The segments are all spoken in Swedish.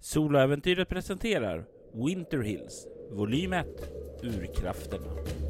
Soloäventyret presenterar Winter Hills, volym 1, Urkrafterna.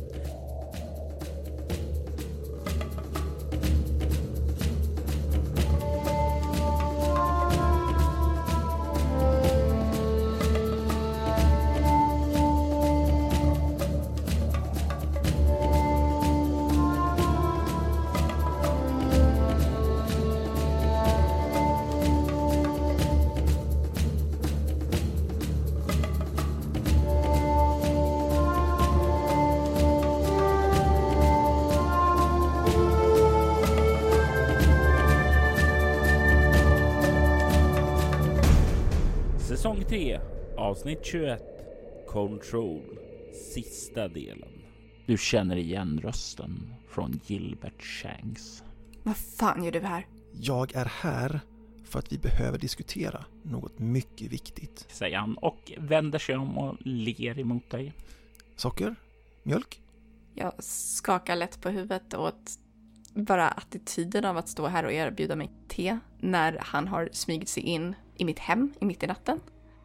Säsong 3, avsnitt 21, Control, sista delen. Du känner igen rösten från Gilbert Shanks. Vad fan gör du här? Jag är här för att vi behöver diskutera något mycket viktigt, Säger han och vänder sig om och ler emot dig. Socker? Mjölk? Jag skakar lätt på huvudet åt bara attityden av att stå här och erbjuda mig te när han har smygit sig in i mitt hem i mitt i natten.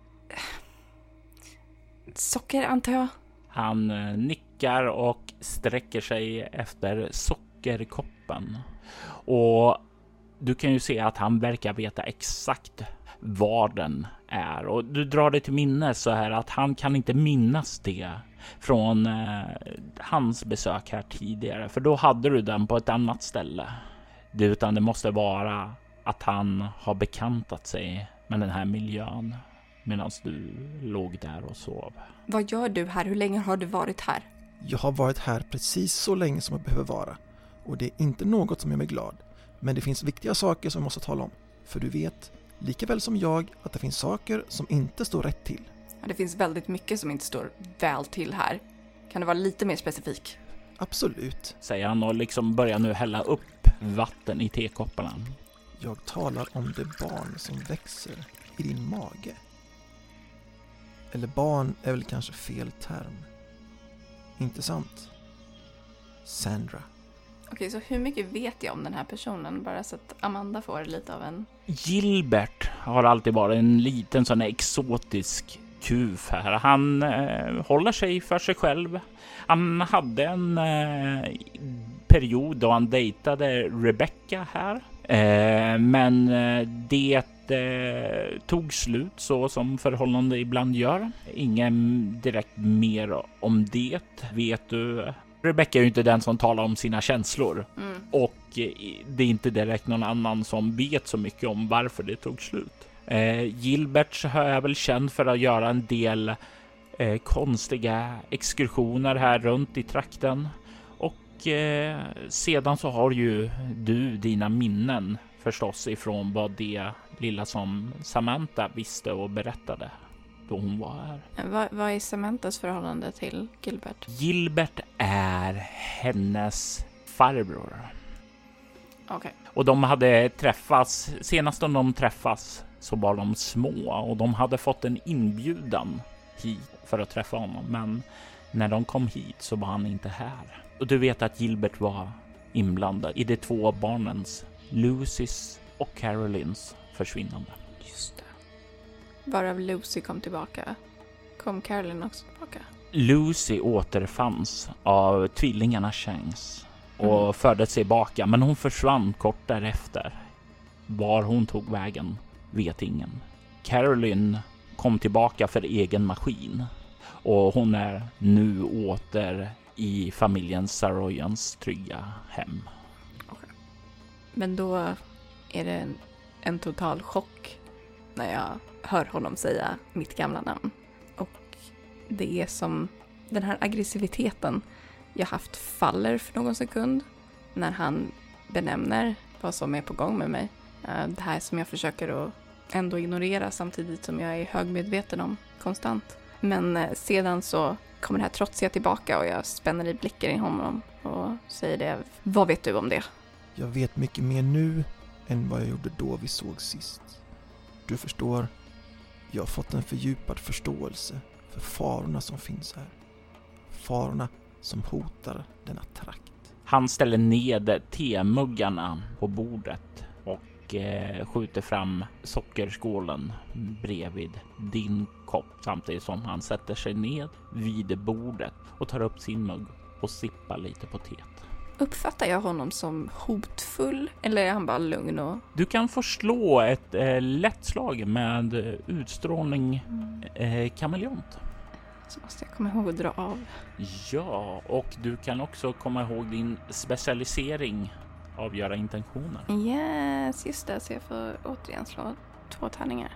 Socker, antar jag. Han nickar och sträcker sig efter sockerkoppen. Och du kan ju se att han verkar veta exakt var den är. Och du drar det till minne så här att han kan inte minnas det från hans besök här tidigare. För då hade du den på ett annat ställe. Utan det måste vara att han har bekantat sig med den här miljön medan du låg där och sov. Vad gör du här? Hur länge har du varit här? Jag har varit här precis så länge som jag behöver vara. Och det är inte något som gör mig glad. Men det finns viktiga saker som jag måste tala om. För du vet, lika väl som jag, att det finns saker som inte står rätt till. Ja, det finns väldigt mycket som inte står väl till här. Kan du vara lite mer specifik? Absolut. Säger han och liksom börjar nu hälla upp vatten i tekopparna. Jag talar om det barn som växer i din mage. Eller barn är väl kanske fel term. Inte sant? Sandra. Okej, så hur mycket vet jag om den här personen? Bara så att Amanda får lite av en... Gilbert har alltid varit en liten sån här exotisk kuf här. Han håller sig för sig själv. Han hade en period då han dejtade Rebecca här. Men det tog slut så som förhållande ibland gör. Ingen direkt mer om det, vet du. Rebecca är ju inte den som talar om sina känslor. Och det är inte direkt någon annan som vet så mycket om varför det tog slut. Gilbert är väl känd för att göra en del konstiga exkursioner här runt i trakten. Och sedan så har ju du dina minnen förstås ifrån vad det lilla som Samantha visste och berättade då hon var här. Vad är Samanthas förhållande till Gilbert? Gilbert är hennes farbror. Okej. Och de hade träffats, senast de träffas så var de små och de hade fått en inbjudan hit för att träffa honom. Men när de kom hit så var han inte här. Och du vet att Gilbert var inblandad i de två barnens, Lucys och Carolines, försvinnande. Just det. Varav Lucy kom tillbaka. Kom Caroline också tillbaka? Lucy återfanns av tvillingarna Shanks och fördes tillbaka, men hon försvann kort därefter. Var hon tog vägen vet ingen. Caroline kom tillbaka för egen maskin och hon är nu åter i familjen Saroyans trygga hem. Okay. Men då är det en total chock när jag hör honom säga mitt gamla namn. Och det är som den här aggressiviteten jag haft faller för någon sekund när han benämner vad som är på gång med mig. Det här som jag försöker att ändå ignorera samtidigt som jag är högmedveten om konstant. Men sedan så kommer det här trotsiga tillbaka och jag spänner i blicken i honom och säger det. Vad vet du om det? Jag vet mycket mer nu än vad jag gjorde då vi såg sist. Du förstår, jag har fått en fördjupad förståelse för farorna som finns här. Farorna som hotar denna trakt. Han ställer ned temuggarna på bordet och och skjuter fram sockerskålen bredvid din kopp samtidigt som han sätter sig ned vid bordet och tar upp sin mugg och sippar lite på teet. Uppfattar jag honom som hotfull eller är han bara lugn? Och... Du kan få slå ett lätt slag med utstrålning kameleont. Så måste jag komma ihåg att dra av. Ja, och du kan också komma ihåg din specialisering, avgöra intentioner. Yes, just det. Så jag får återigen slå 2 tärningar.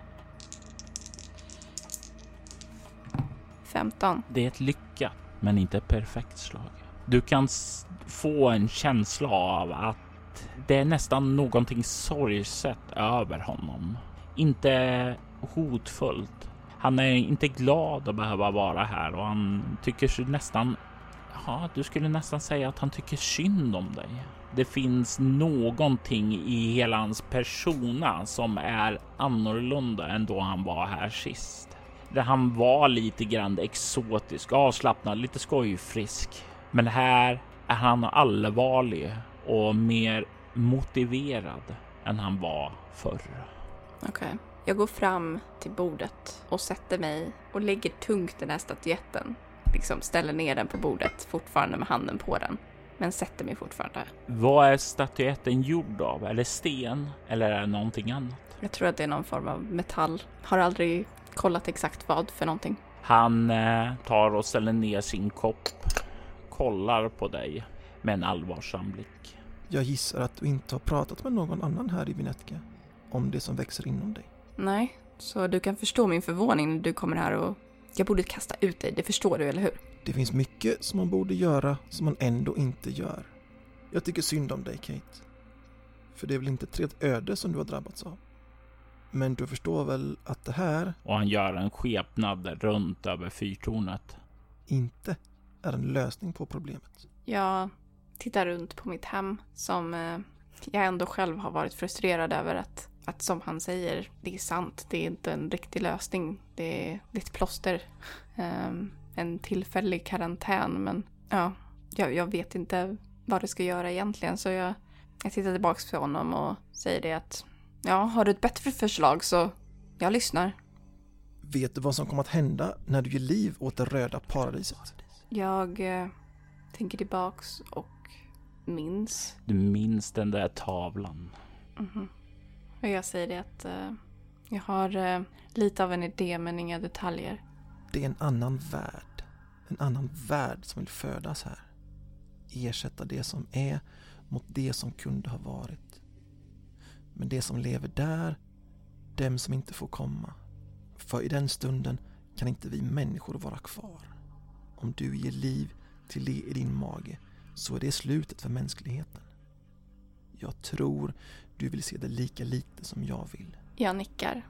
15. Det är ett lyckat, men inte ett perfekt slag. Du kan få en känsla av att det är nästan någonting sorgset över honom. Inte hotfullt. Han är inte glad att behöva vara här och han tycker sig nästan... Ja, du skulle nästan säga att han tycker synd om dig. Det finns någonting i hela hans persona som är annorlunda än då han var här sist. Där han var lite grann exotisk, avslappnad, lite skojfrisk. Men här är han allvarlig och mer motiverad än han var förr. Okej. Jag går fram till bordet och sätter mig och lägger tungt den här statyetten. Liksom ställer ner den på bordet, fortfarande med handen på den. Men sätter mig fortfarande. Vad är statyetten gjord av? Är det sten eller är det någonting annat? Jag tror att det är någon form av metall. Har aldrig kollat exakt vad för någonting. Han tar och ställer ner sin kopp. Kollar på dig med en allvarsam blick. Jag gissar att du inte har pratat med någon annan här i Vinetka om det som växer inom dig. Nej, så du kan förstå min förvåning när du kommer här och jag borde kasta ut dig, det förstår du, eller hur? Det finns mycket som man borde göra som man ändå inte gör. Jag tycker synd om dig, Kate. För det är väl inte ett trevligt öde som du har drabbats av. Men du förstår väl att det här... Och han gör en skepnad runt över fyrtornet. ...inte är en lösning på problemet. Jag tittar runt på mitt hem som jag ändå själv har varit frustrerad över att som han säger, det är sant. Det är inte en riktig lösning. Det är ett plåster. En tillfällig karantän. Men ja, jag vet inte vad det ska göra egentligen. Så jag tittar tillbaka på honom och säger det att ja, har du ett bättre förslag så jag lyssnar. Vet du vad som kommer att hända när du ger liv åt det röda paradiset? Jag tänker tillbaks och minns. Du minns den där tavlan. Mm-hmm. Och jag säger det att jag har lite av en idé men inga detaljer. Det är en annan värld. En annan värld som vill födas här. Ersätta det som är mot det som kunde ha varit. Men det som lever där, dem som inte får komma. För i den stunden kan inte vi människor vara kvar. Om du ger liv till det i din mage så är det slutet för mänskligheten. Jag tror du vill se det lika lite som jag vill. Jag nickar.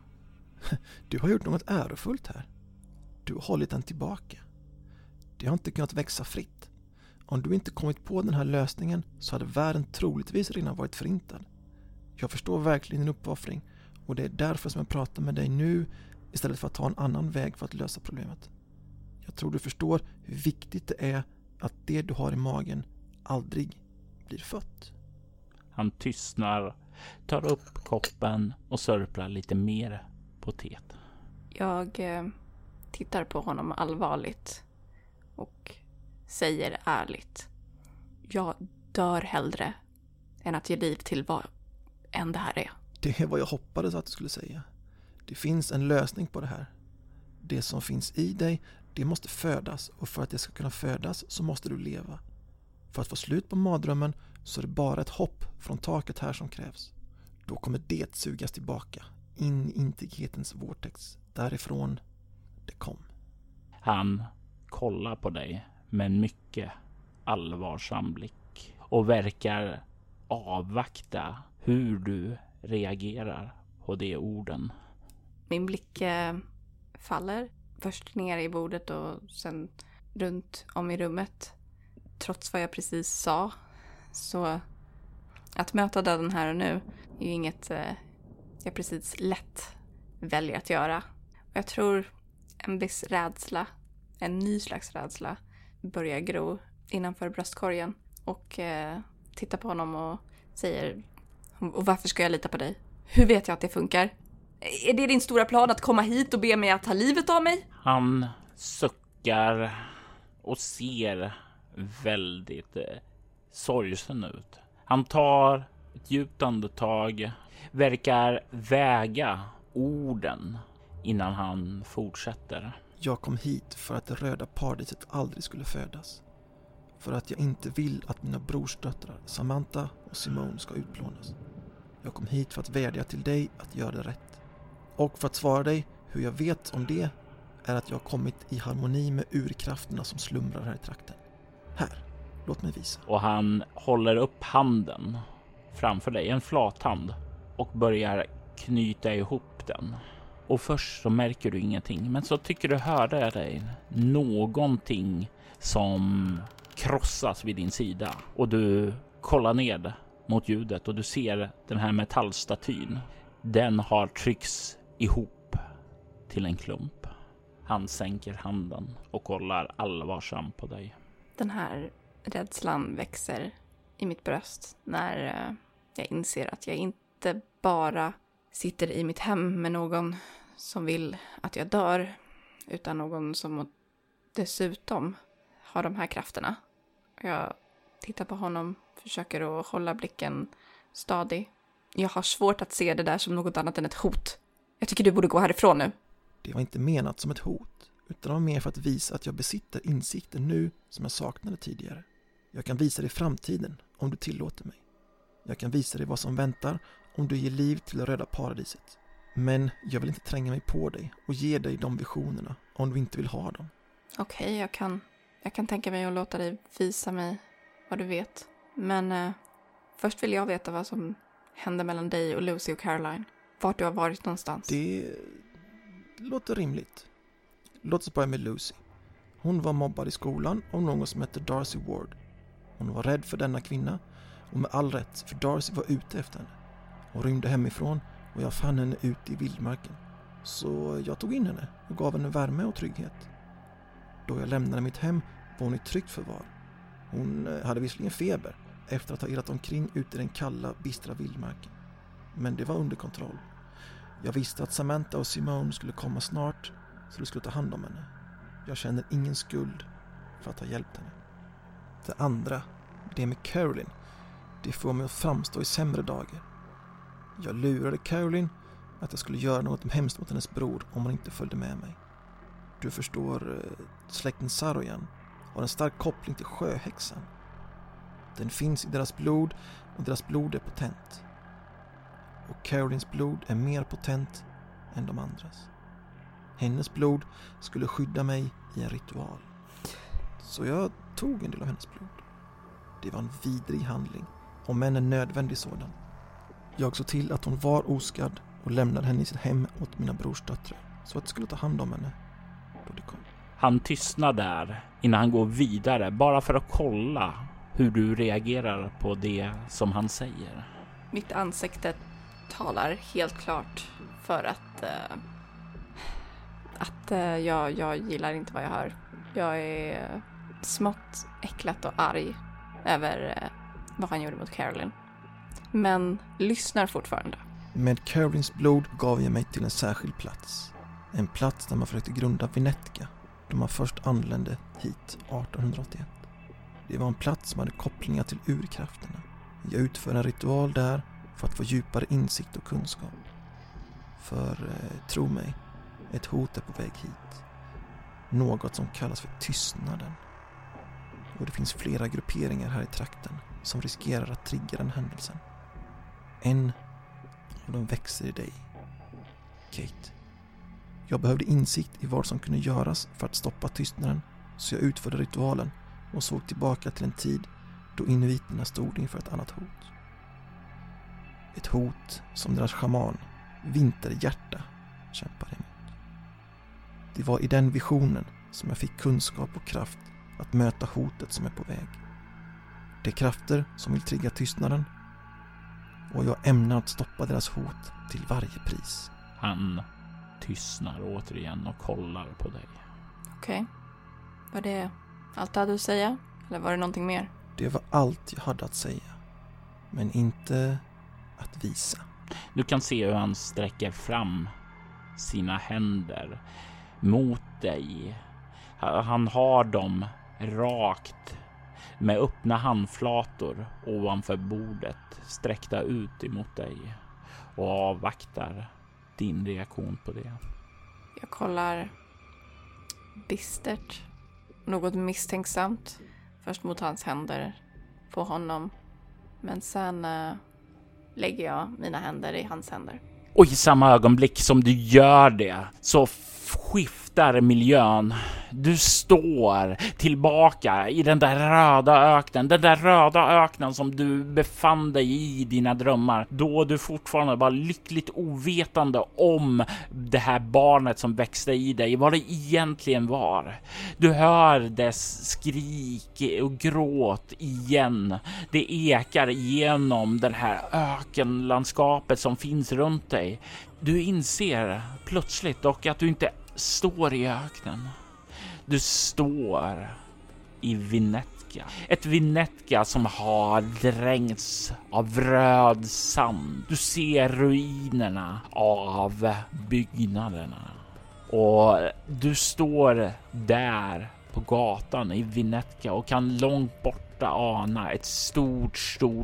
Du har gjort något ärofullt här. Du har hållit den tillbaka. Det har inte kunnat växa fritt. Om du inte kommit på den här lösningen så hade världen troligtvis redan varit förintad. Jag förstår verkligen din uppoffring och det är därför som jag pratar med dig nu istället för att ta en annan väg för att lösa problemet. Jag tror du förstår hur viktigt det är att det du har i magen aldrig blir fött. Han tystnar, tar upp koppen och sörplar lite mer på teet. Jag tittar på honom allvarligt och säger ärligt. Jag dör hellre än att ge liv till vad än det här är. Det är vad jag hoppades att du skulle säga. Det finns en lösning på det här. Det som finns i dig, det måste födas och för att det ska kunna födas så måste du leva. För att få slut på mardrömmen så är det bara ett hopp från taket här som krävs. Då kommer det sugas tillbaka in i integritens vortex. Därifrån det kom. Han kollar på dig med en mycket allvarsam blick och verkar avvakta hur du reagerar på de orden. Min blick faller först ner i bordet och sen runt om i rummet. Trots vad jag precis sa. Så att möta döden här och nu är ju inget jag precis lätt väljer att göra. Och jag tror en viss rädsla, en ny slags rädsla börjar gro innanför bröstkorgen. Och tittar på honom och säger, och varför ska jag lita på dig? Hur vet jag att det funkar? Är det din stora plan att komma hit och be mig att ta livet av mig? Han suckar och ser väldigt sorgsen ut. Han tar ett djupt andetag, verkar väga orden innan han fortsätter. Jag kom hit för att det röda paradiset aldrig skulle födas. För att jag inte vill att mina brorsdöttrar Samantha och Simone ska utplånas. Jag kom hit för att vädja till dig att göra det rätt. Och för att svara dig hur jag vet om det är att jag har kommit i harmoni med urkrafterna som slumrar här i trakten. Här, låt mig visa. Och han håller upp handen framför dig, en flathand, och börjar knyta ihop den. Och först så märker du ingenting, men så tycker du höra dig någonting som krossas vid din sida. Och du kollar ned mot ljudet och du ser den här metallstatyn. Den har tryckts ihop till en klump. Han sänker handen och kollar allvarsamt på dig. Den här rädslan växer i mitt bröst när jag inser att jag inte bara sitter i mitt hem med någon som vill att jag dör, utan någon som dessutom har de här krafterna. Jag tittar på honom, försöker att hålla blicken stadig. Jag har svårt att se det där som något annat än ett hot. Jag tycker du borde gå härifrån nu. Det var inte menat som ett hot, utan det var mer för att visa att jag besitter insikten nu som jag saknade tidigare. Jag kan visa dig framtiden om du tillåter mig. Jag kan visa dig vad som väntar om du ger liv till det röda paradiset. Men jag vill inte tränga mig på dig och ge dig de visionerna om du inte vill ha dem. Okej, jag kan tänka mig att låta dig visa mig vad du vet. Men först vill jag veta vad som hände mellan dig och Lucy och Caroline. Vart du har varit någonstans. Det låter rimligt. Låt oss börja med Lucy. Hon var mobbad i skolan av någon som hette Darcy Ward. Hon var rädd för denna kvinna, och med all rätt, för Darcy var ute efter henne. Hon rymde hemifrån och jag fann henne ute i vildmarken. Så jag tog in henne och gav henne värme och trygghet. Då jag lämnade mitt hem var hon i tryggt förvar. Hon hade visserligen feber efter att ha irrat omkring ute i den kalla, bistra vildmarken. Men det var under kontroll. Jag visste att Samantha och Simone skulle komma snart, så de skulle ta hand om henne. Jag känner ingen skuld för att ha hjälpt henne. Det andra, det med Caroline, det får mig att framstå i sämre dagar. Jag lurade Caroline att jag skulle göra något hemskt mot hennes bror om hon inte följde med mig. Du förstår, släkten Saroyan har en stark koppling till sjöhäxan. Den finns i deras blod och deras blod är potent. Och Carolines blod är mer potent än de andras. Hennes blod skulle skydda mig i en ritual. Så jag tog en del av hennes blod. Det var en vidrig handling, om än en nödvändig sådan. Jag såg till att hon var oskadd och lämnade henne i sitt hem åt mina brorsdöttrar, så att jag skulle ta hand om henne då det kom. Han tystnar där innan han går vidare, bara för att kolla hur du reagerar på det som han säger. Mitt ansikte talar helt klart för att jag gillar inte vad jag hör. Jag är smått äcklat och arg över vad han gjorde mot Caroline. Men lyssnar fortfarande. Med Carolines blod gav jag mig till en särskild plats. En plats där man försökte grunda Vinetka då man först anlände hit 1881. Det var en plats som hade kopplingar till urkrafterna. Jag utförde en ritual där för att få djupare insikt och kunskap. För, tro mig, ett hot är på väg hit. Något som kallas för tystnaden. Och det finns flera grupperingar här i trakten som riskerar att trigga den händelsen. En av dem växer i dig, Kate. Jag behövde insikt i vad som kunde göras för att stoppa tystnaden, så jag utförde ritualen och såg tillbaka till en tid då inuiterna stod inför ett annat hot. Ett hot som deras shaman, Vinterhjärta, kämpade emot. Det var i den visionen som jag fick kunskap och kraft att möta hotet som är på väg. Det är krafter som vill trigga tystnaden, och jag ämnar att stoppa deras hot till varje pris. Han tystnar återigen och kollar på dig. Okej. Var det allt du hade att säga? Eller var det någonting mer? Det var allt jag hade att säga, men inte att visa. Du kan se hur han sträcker fram sina händer mot dig. Han har dem rakt med öppna handflator ovanför bordet sträckta ut emot dig och avvaktar din reaktion på det. Jag kollar bistert, något misstänksamt, först mot hans händer på honom, men sen lägger jag mina händer i hans händer. Och i samma ögonblick som du gör det så skiftar miljön. Du står tillbaka i den där röda öknen. Den där röda öknen som du befann dig i dina drömmar. Då du fortfarande var lyckligt ovetande om det här barnet som växte i dig. Vad det egentligen var. Du hör dess skrik och gråt igen. Det ekar igenom den här ökenlandskapet som finns runt dig. Du inser plötsligt dock att du inte står i öknen. Du står i Vinetka. Ett Vinetka som har dränkts av röd sand. Du ser ruinerna av byggnaderna. Och du står där på gatan i Vinetka och kan långt borta ana ett stort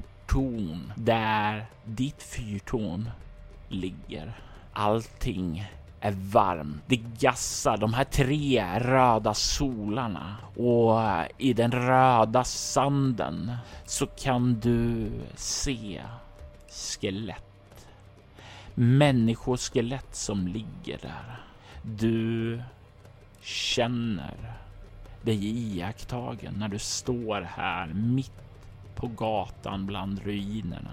torn där ditt fyrtorn ligger. Allting är varmt. Det gassar de här 3 röda solarna och i den röda sanden så kan du se skelett. Människoskelett som ligger där. Du känner dig iakttagen när du står här mitt på gatan bland ruinerna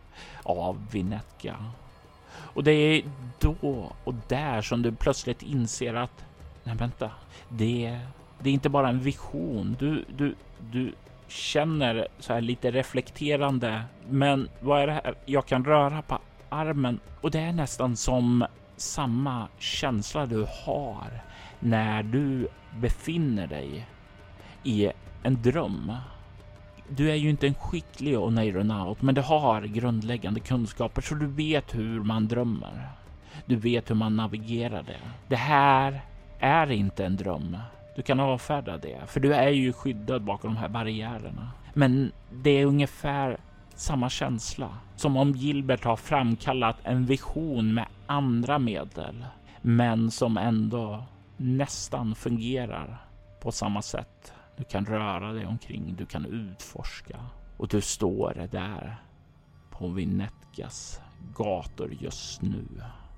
av Vinetka. Och det är då och där som du plötsligt inser att nej, vänta, det är inte bara en vision. Du känner så här lite reflekterande, men vad är det här? Jag kan röra på armen och det är nästan som samma känsla du har när du befinner dig i en dröm. Du är ju inte en skicklig oneironaut, men du har grundläggande kunskaper så du vet hur man drömmer. Du vet hur man navigerar det. Det här är inte en dröm. Du kan avfärda det, för du är ju skyddad bakom de här barriärerna. Men det är ungefär samma känsla som om Gilbert har framkallat en vision med andra medel, men som ändå nästan fungerar på samma sätt. Du kan röra dig omkring, du kan utforska och du står där på Vinetkas gator just nu.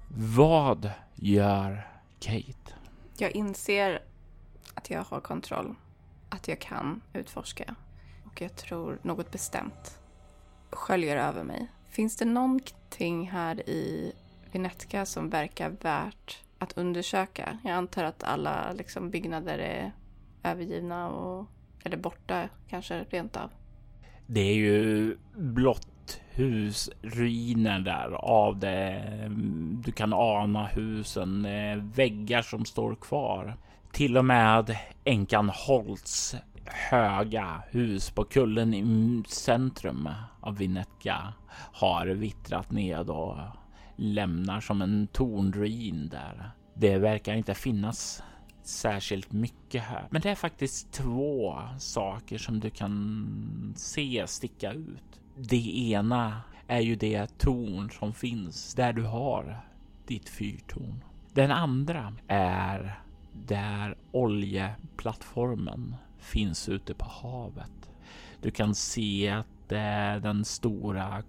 Vad gör Kate? Jag inser att jag har kontroll, att jag kan utforska och jag tror något bestämt sköljer över mig. Finns det någonting här i Vinetka som verkar värt att undersöka? Jag antar att alla byggnader är övergivna eller borta kanske rent av. Det är ju blott husruiner där av det. Du kan ana husen, väggar som står kvar. Till och med änkan Holts höga hus på kullen i centrum av Vinetka har vittrat ned och lämnar som en tornruin där. Det verkar inte finnas särskilt mycket här. Men det är faktiskt 2 saker som du kan se sticka ut. Det ena är ju det torn som finns där du har ditt fyrtorn. Den andra är där oljeplattformen finns ute på havet. Du kan se att den stora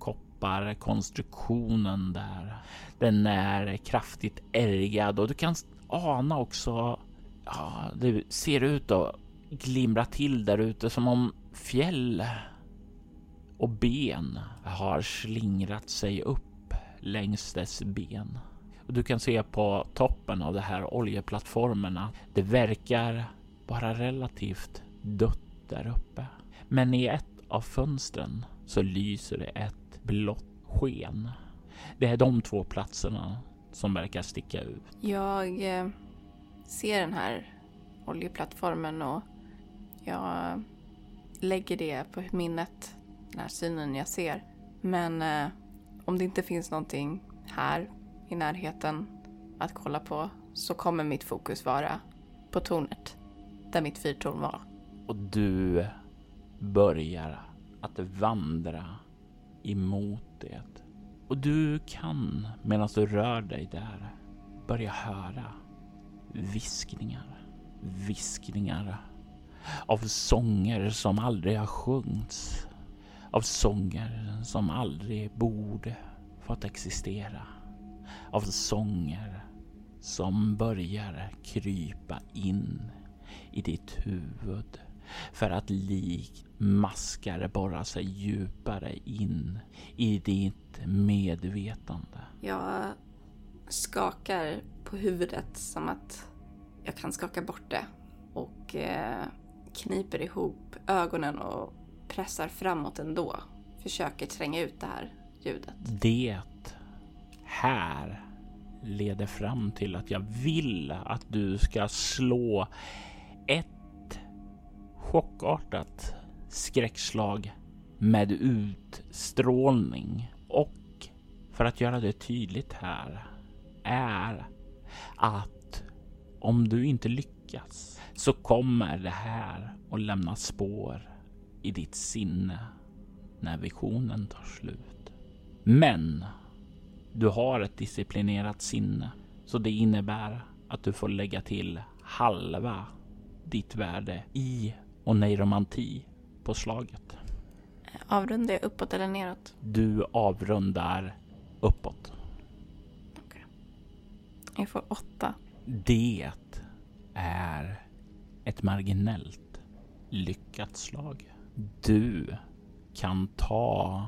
kopparkonstruktionen där, den är kraftigt ärgad och du kan ana också, det ser ut att glimra till där ute som om fjäll och ben har slingrat sig upp längs dess ben. Och du kan se på toppen av de här oljeplattformarna, det verkar vara relativt dött där uppe. Men i ett av fönstren så lyser det ett blått sken. Det är de 2 platserna som verkar sticka ut. Jag ser den här oljeplattformen och jag lägger det på minnet, den här synen jag ser. Men om det inte finns någonting här i närheten att kolla på så kommer mitt fokus vara på tornet där mitt fyrtorn var. Och du börjar att vandra emot det. Och du kan, medan du rör dig där, börja höra viskningar. Viskningar av sånger som aldrig har sjungits. Av sånger som aldrig borde fått existera. Av sånger som börjar krypa in i ditt huvud för att likt maskar borra sig djupare in i ditt medvetande. Jag skakar på huvudet som att jag kan skaka bort det och kniper ihop ögonen och pressar framåt ändå. Försöker tränga ut det här ljudet. Det här leder fram till att jag vill att du ska slå ett chockartat skräckslag med utstrålning. Och för att göra det tydligt här är att om du inte lyckas så kommer det här att lämna spår i ditt sinne när visionen tar slut. Men du har ett disciplinerat sinne, så det innebär att du får lägga till halva ditt värde i oneiromanti på slaget. Avrundar jag uppåt eller neråt? Du avrundar uppåt. Okej. Jag får 8. Det är ett marginellt lyckat slag. Du kan ta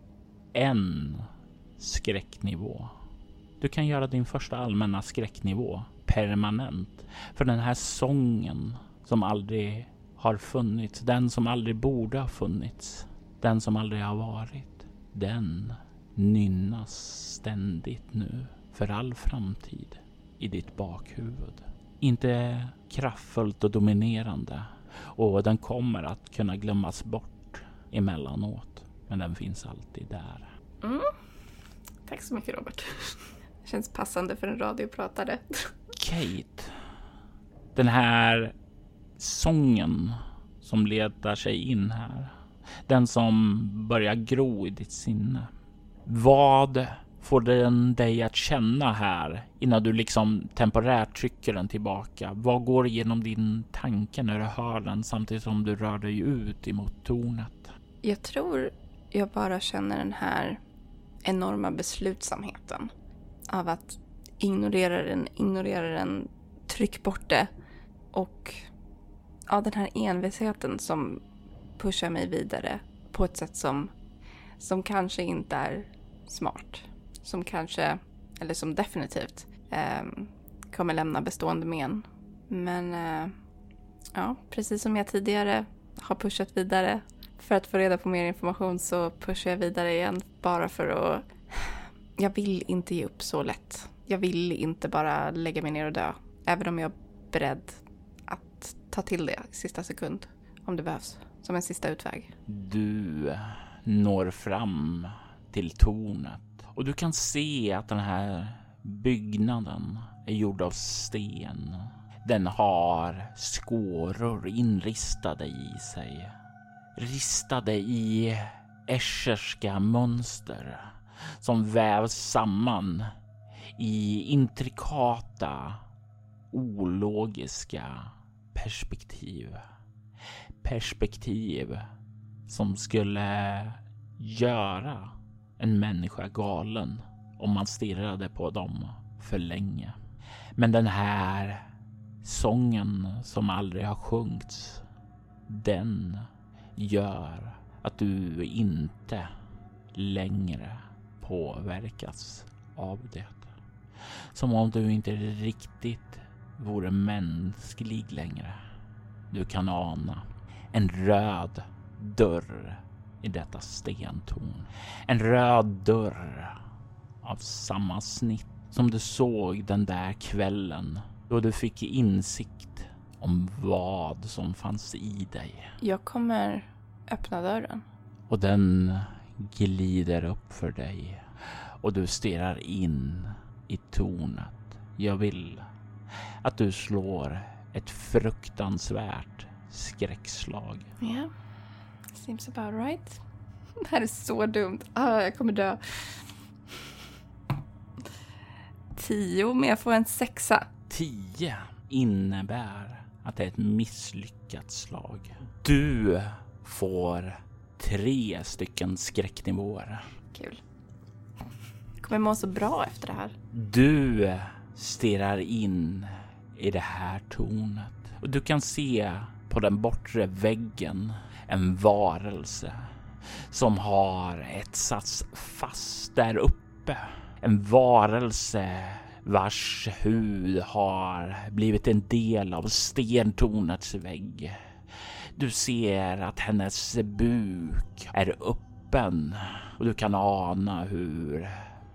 en skräcknivå. Du kan göra din första allmänna skräcknivå permanent. För den här sången som aldrig har funnits, den som aldrig borde ha funnits, den som aldrig har varit, den nynnas ständigt nu för all framtid i ditt bakhuvud. Inte kraftfullt och dominerande, och den kommer att kunna glömmas bort emellanåt, men den finns alltid där. Tack så mycket, Robert. Det känns passande för en radiopratare. Kate, den här sången som letar sig in här, den som börjar gro i ditt sinne. Vad får den dig att känna här innan du liksom temporärt trycker den tillbaka? Vad går igenom din tanke när du hör den samtidigt som du rör dig ut emot tornet? Jag tror jag bara känner den här enorma beslutsamheten av att ignorera den, tryck bort det, och ja, den här envisheten som pushar mig vidare på ett sätt som kanske inte är smart, som kanske, eller som definitivt kommer lämna bestående men. Men ja, precis som jag tidigare har pushat vidare för att få reda på mer information, så pushar jag vidare igen bara för att... Jag vill inte ge upp så lätt. Jag vill inte bara lägga mig ner och dö. Även om jag är beredd att ta till det i sista sekund om det behövs. Som en sista utväg. Du når fram till tornet och du kan se att den här byggnaden är gjord av sten. Den har skåror inristade i sig. Ristade i escherska mönster som vävs samman i intrikata, ologiska perspektiv. Perspektiv som skulle göra en människa galen om man stirrade på dem för länge. Men den här sången som aldrig har sjungits, den gör att du inte längre påverkas av det. Som om du inte riktigt vore mänsklig längre. Du kan ana en röd dörr i detta stentorn. En röd dörr av samma snitt som du såg den där kvällen då du fick insikt om vad som fanns i dig. Jag kommer öppna dörren. Och den glider upp för dig och du stirrar in i tornet. Jag vill att du slår ett fruktansvärt skräckslag. Ja, yeah. Seems about right. Det här är så dumt. Jag kommer dö. 10, men jag får en 6. 10 innebär att det är ett misslyckat slag. Du får 3 stycken skräcknivåer. Kul. Kommer må så bra efter det här. Du stirrar in i det här tornet och du kan se på den bortre väggen en varelse som har etsats fast där uppe. En varelse vars hud har blivit en del av stentornets vägg. Du ser att hennes buk är öppen och du kan ana hur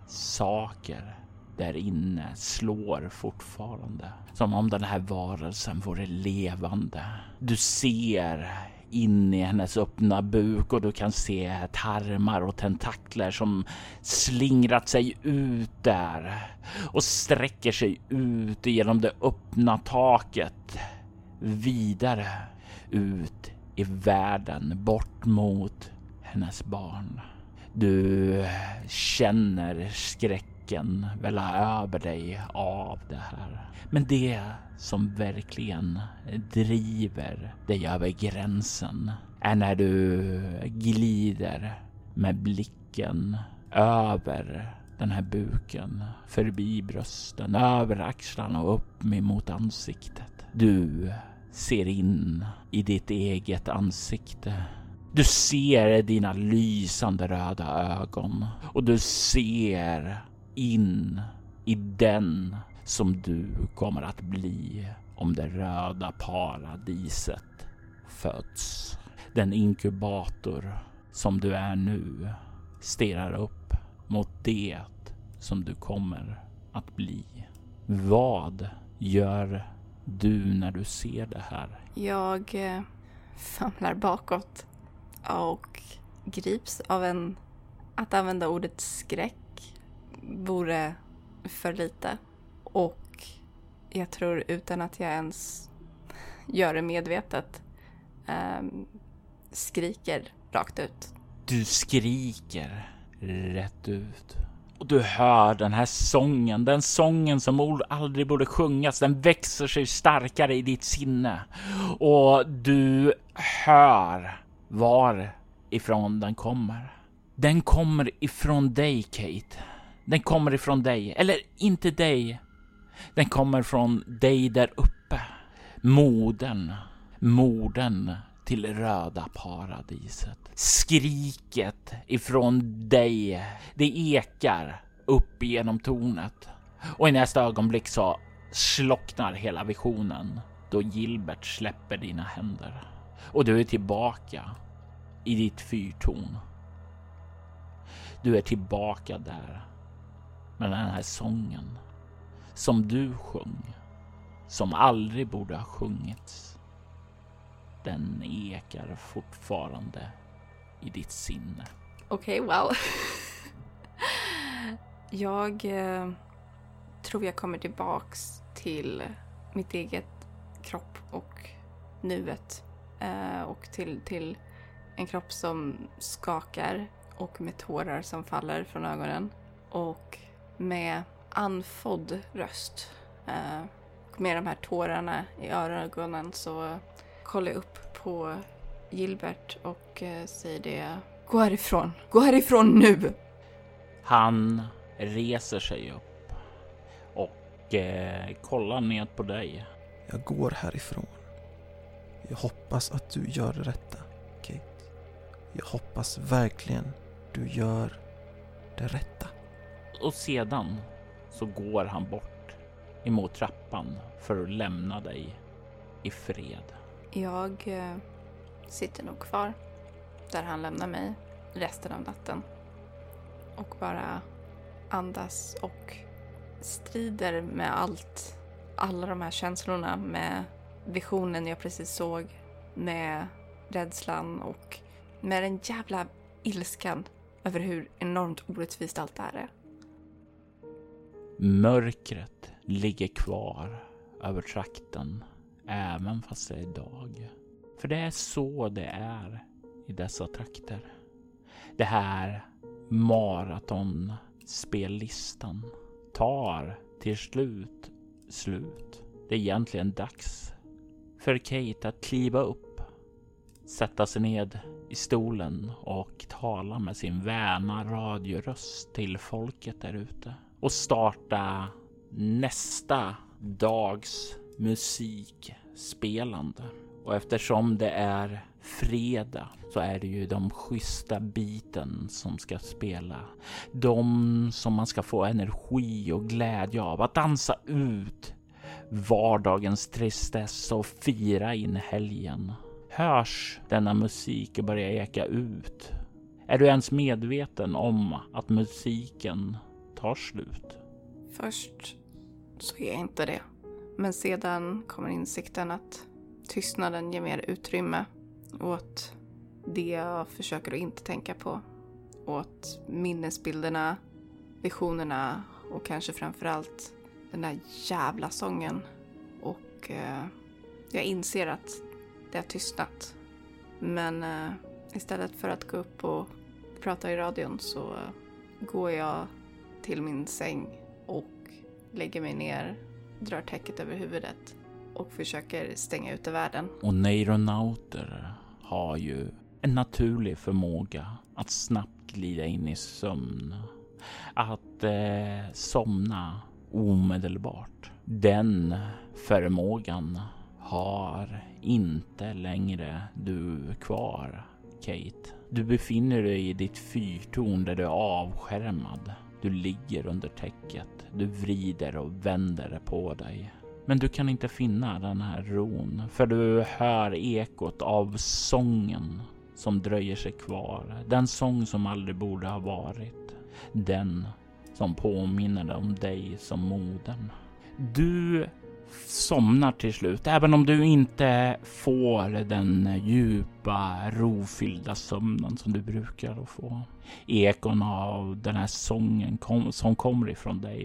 saker där inne slår fortfarande. Som om den här varelsen vore levande. Du ser in i hennes öppna buk och du kan se tarmar och tentakler som slingrat sig ut där och sträcker sig ut genom det öppna taket vidare ut i världen bort mot hennes barn. Du känner skräcken välla över dig av det här. Men det som verkligen driver dig över gränsen är när du glider med blicken över den här buken, förbi brösten, över axlarna och upp mot ansiktet. Du ser in i ditt eget ansikte. Du ser dina lysande röda ögon och du ser in i den som du kommer att bli om det röda paradiset föds. Den inkubator som du är nu stirrar upp mot det som du kommer att bli. Vad gör du när du ser det här? Jag famlar bakåt och grips av att använda ordet skräck vore för lite. Och jag tror utan att jag ens gör det medvetet skriker rakt ut. Du skriker rätt ut. Och du hör den här sången, den sången som aldrig borde sjungas, den växer sig starkare i ditt sinne. Och du hör varifrån den kommer. Den kommer ifrån dig, Kate. Den kommer ifrån dig, eller inte dig. Den kommer från dig där uppe. Modern till röda paradiset. Skriket ifrån dig, det ekar upp genom tornet. Och i nästa ögonblick så slocknar hela visionen då Gilbert släpper dina händer. Och du är tillbaka i ditt fyrtorn. Du är tillbaka där med den här sången som du sjöng, som aldrig borde ha sjungits. Den ekar fortfarande i ditt sinne. Okej, wow. Jag tror jag kommer tillbaks till mitt eget kropp och nuet. Och till en kropp som skakar och med tårar som faller från ögonen. Och med andfådd röst. Med de här tårarna i ögonen så kollar jag upp på Gilbert och säger det. Gå härifrån nu! Han reser sig upp och kollar ned på dig. Jag går härifrån. Jag hoppas att du gör det rätta, Kate. Jag hoppas verkligen du gör det rätta. Och sedan så går han bort emot trappan för att lämna dig i fred. Jag sitter nog kvar där han lämnar mig resten av natten. Och bara andas och strider med alla de här känslorna, med visionen jag precis såg, med rädslan och med den jävla ilskan över hur enormt orättvist allt det här är. Mörkret ligger kvar över trakten även fast det är dag. För det är så det är i dessa trakter. Det här maratonspellistan tar till slut. Det är egentligen dags för Kate att kliva upp, sätta sig ned i stolen och tala med sin värna radioröst till folket där ute och starta nästa dags musikspelande. Och eftersom det är fredag så är det ju de schyssta biten som ska spela. De som man ska få energi och glädje av att dansa ut vardagens tristess och fira in helgen. Hörs denna musik börja eka ut? Är du ens medveten om att musiken tar slut? Först så är jag inte det. Men sedan kommer insikten att tystnaden ger mer utrymme åt det jag försöker att inte tänka på. Åt minnesbilderna, visionerna och kanske framförallt den där jävla sången. Och jag inser att det har tystnat. Men istället för att gå upp och prata i radion så går jag till min säng och lägger mig ner, drar täcket över huvudet och försöker stänga ute världen. Och neuronauter har ju en naturlig förmåga att snabbt glida in i sömn. Att somna omedelbart. Den förmågan har inte längre du kvar, Kate. Du befinner dig i ditt fyrtorn där du är avskärmad. Du ligger under täcket. Du vrider och vänder på dig. Men du kan inte finna den här ron. För du hör ekot av sången som dröjer sig kvar. Den sång som aldrig borde ha varit. Den som påminner om dig som modern. Du somnar till slut, även om du inte får den djupa, rofyllda sömnen som du brukar få. Ekon av den här sången som kommer ifrån dig,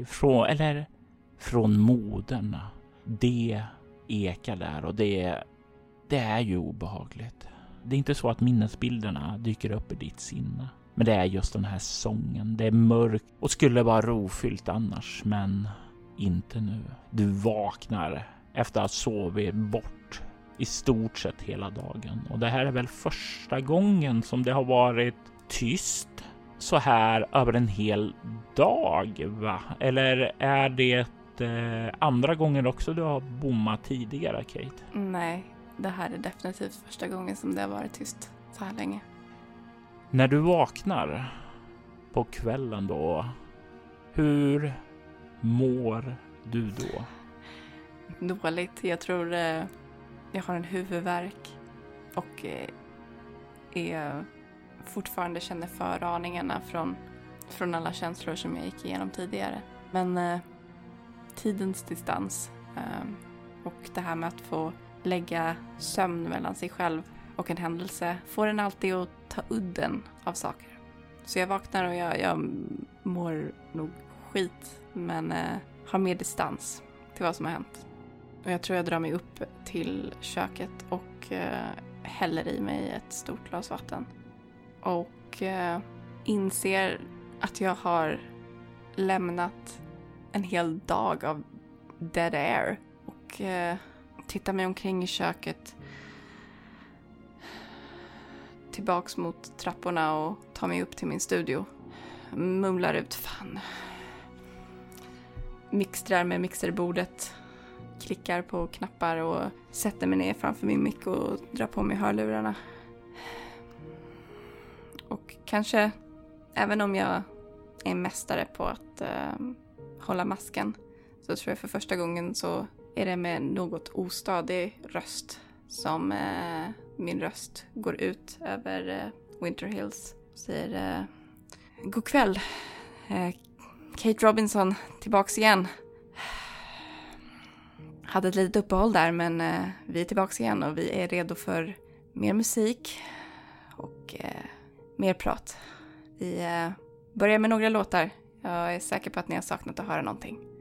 från modern. Det ekar där och det är ju obehagligt. Det är inte så att minnesbilderna dyker upp i ditt sinne. Men det är just den här sången. Det är mörkt och skulle vara rofyllt annars, men inte nu. Du vaknar efter att ha sovit bort i stort sett hela dagen. Och det här är väl första gången som det har varit tyst så här över en hel dag, va? Eller är det andra gånger också du har bommat tidigare, Kate? Nej, det här är definitivt första gången som det har varit tyst så här länge. När du vaknar på kvällen då, hur mår du då? Dåligt. Jag tror jag har en huvudvärk och fortfarande känner föraningarna från alla känslor som jag gick igenom tidigare. Men tidens distans och det här med att få lägga sömn mellan sig själv och en händelse får en alltid att ta udden av saker. Så jag vaknar och jag mår nog skit, men har mer distans till vad som har hänt. Och jag tror jag drar mig upp till köket och häller i mig ett stort glas vatten. Och inser att jag har lämnat en hel dag av dead air. Och tittar mig omkring i köket. Tillbaks mot trapporna och tar mig upp till min studio. Mumlar ut, fan. Mixtrar med mixerbordet. Klickar på knappar och sätter mig ner framför min mick och drar på mig hörlurarna. Och kanske, även om jag är mästare på att hålla masken, så tror jag för första gången så är det med något ostadig röst som min röst går ut över Winter Hills. Säger god kväll, Kate Robinson, tillbaks igen. Hade ett litet uppehåll där, men vi är tillbaks igen och vi är redo för mer musik och mer prat. Vi börjar med några låtar. Jag är säker på att ni har saknat att höra någonting.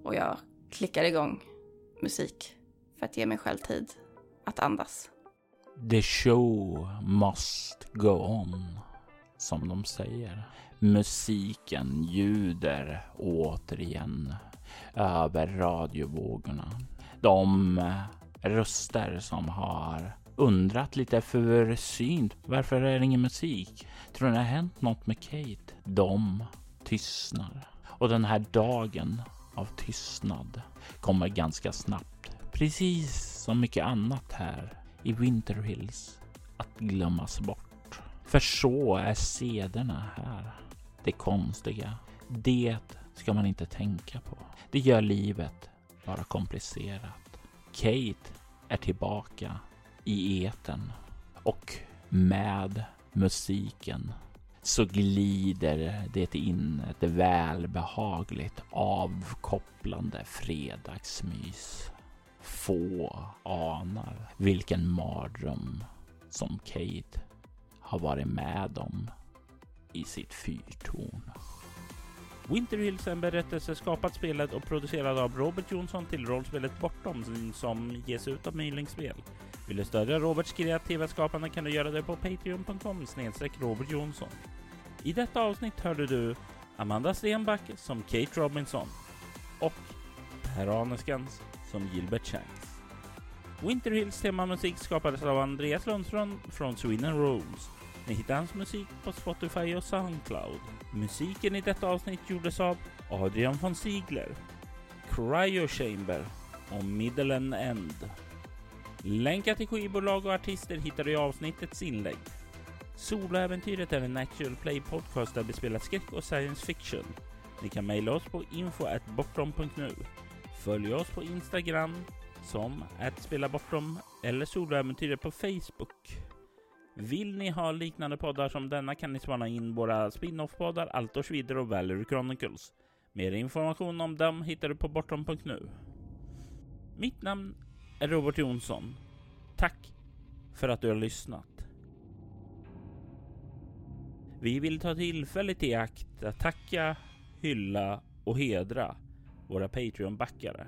Och jag klickar igång musik för att ge mig själv tid att andas. The show must go on, som de säger. Musiken ljuder återigen över radiovågorna. De röster som har undrat lite försynt, varför är det ingen musik? Tror ni det har hänt något med Kate? De tystnar. Och den här dagen av tystnad kommer ganska snabbt. Precis som mycket annat här i Winter Hills att glömmas bort. För så är sederna här. Det konstiga. Det ska man inte tänka på. Det gör livet bara komplicerat. Kate är tillbaka i etern. Och med musiken så glider det in ett välbehagligt avkopplande fredagsmys. Få anar vilken mardröm som Kate har varit med om i sitt fyrtorn. Winter Hills är en berättelse skapad, spelad och producerad av Robert Jonsson till rollspelet Bortom som ges ut av Mylingspel. Vill du stödja Roberts kreativa skapande kan du göra det på patreon.com/Robert Jonsson. I detta avsnitt hörde du Amanda Stenback som Kate Robinson och Per Aneskans som Gilbert Shanks. Winter Hills temamusik skapades av Andreas Lundström från Sweden Rolls. Ni hittar hans musik på Spotify och Soundcloud. Musiken i detta avsnitt gjordes av Adrian von Ziegler, Cryo Chamber och Middle and End. Länkar till skivbolag och artister hittar du i avsnittets inlägg. Soloäventyret är en actual play podcast där vi spelar skräck och science fiction. Ni kan mejla oss på info@bortom.nu. Följ oss på Instagram som @spelabortom eller Soloäventyret på Facebook. Vill ni ha liknande poddar som denna kan ni spana in våra spin-off-poddar Altors Vidare och Valerie Chronicles. Mer information om dem hittar du på bortom.nu. Mitt namn är Robert Jonsson. Tack för att du har lyssnat. Vi vill ta tillfället i akt att tacka, hylla och hedra våra Patreon-backare.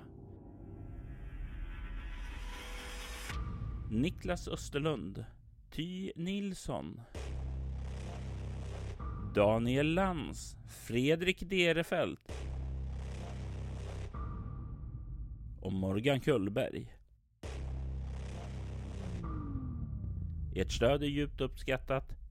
Niklas Österlund, Ty Nilsson, Daniel Lantz, Fredrik Derefelt och Morgan Kullberg. Ert stöd är djupt uppskattat.